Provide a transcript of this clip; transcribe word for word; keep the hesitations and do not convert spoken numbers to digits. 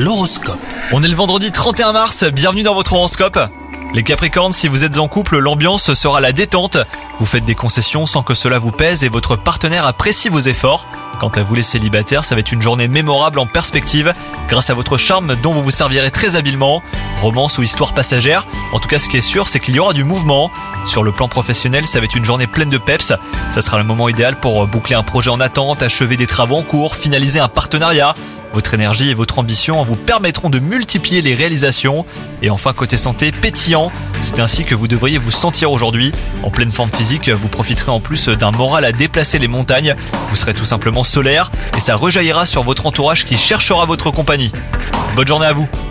L'horoscope. On est le vendredi trente et un mars, bienvenue dans votre horoscope. Les Capricornes, si vous êtes en couple, l'ambiance sera la détente. Vous faites des concessions sans que cela vous pèse et votre partenaire apprécie vos efforts. Quant à vous les célibataires, ça va être une journée mémorable en perspective grâce à votre charme dont vous vous servirez très habilement. Romance ou histoire passagère, en tout cas ce qui est sûr c'est qu'il y aura du mouvement. Sur le plan professionnel, ça va être une journée pleine de peps. Ça sera le moment idéal pour boucler un projet en attente, achever des travaux en cours, finaliser un partenariat. Votre énergie et votre ambition vous permettront de multiplier les réalisations. Et enfin, côté santé, pétillant. C'est ainsi que vous devriez vous sentir aujourd'hui. En pleine forme physique, vous profiterez en plus d'un moral à déplacer les montagnes. Vous serez tout simplement solaire et ça rejaillira sur votre entourage qui cherchera votre compagnie. Bonne journée à vous!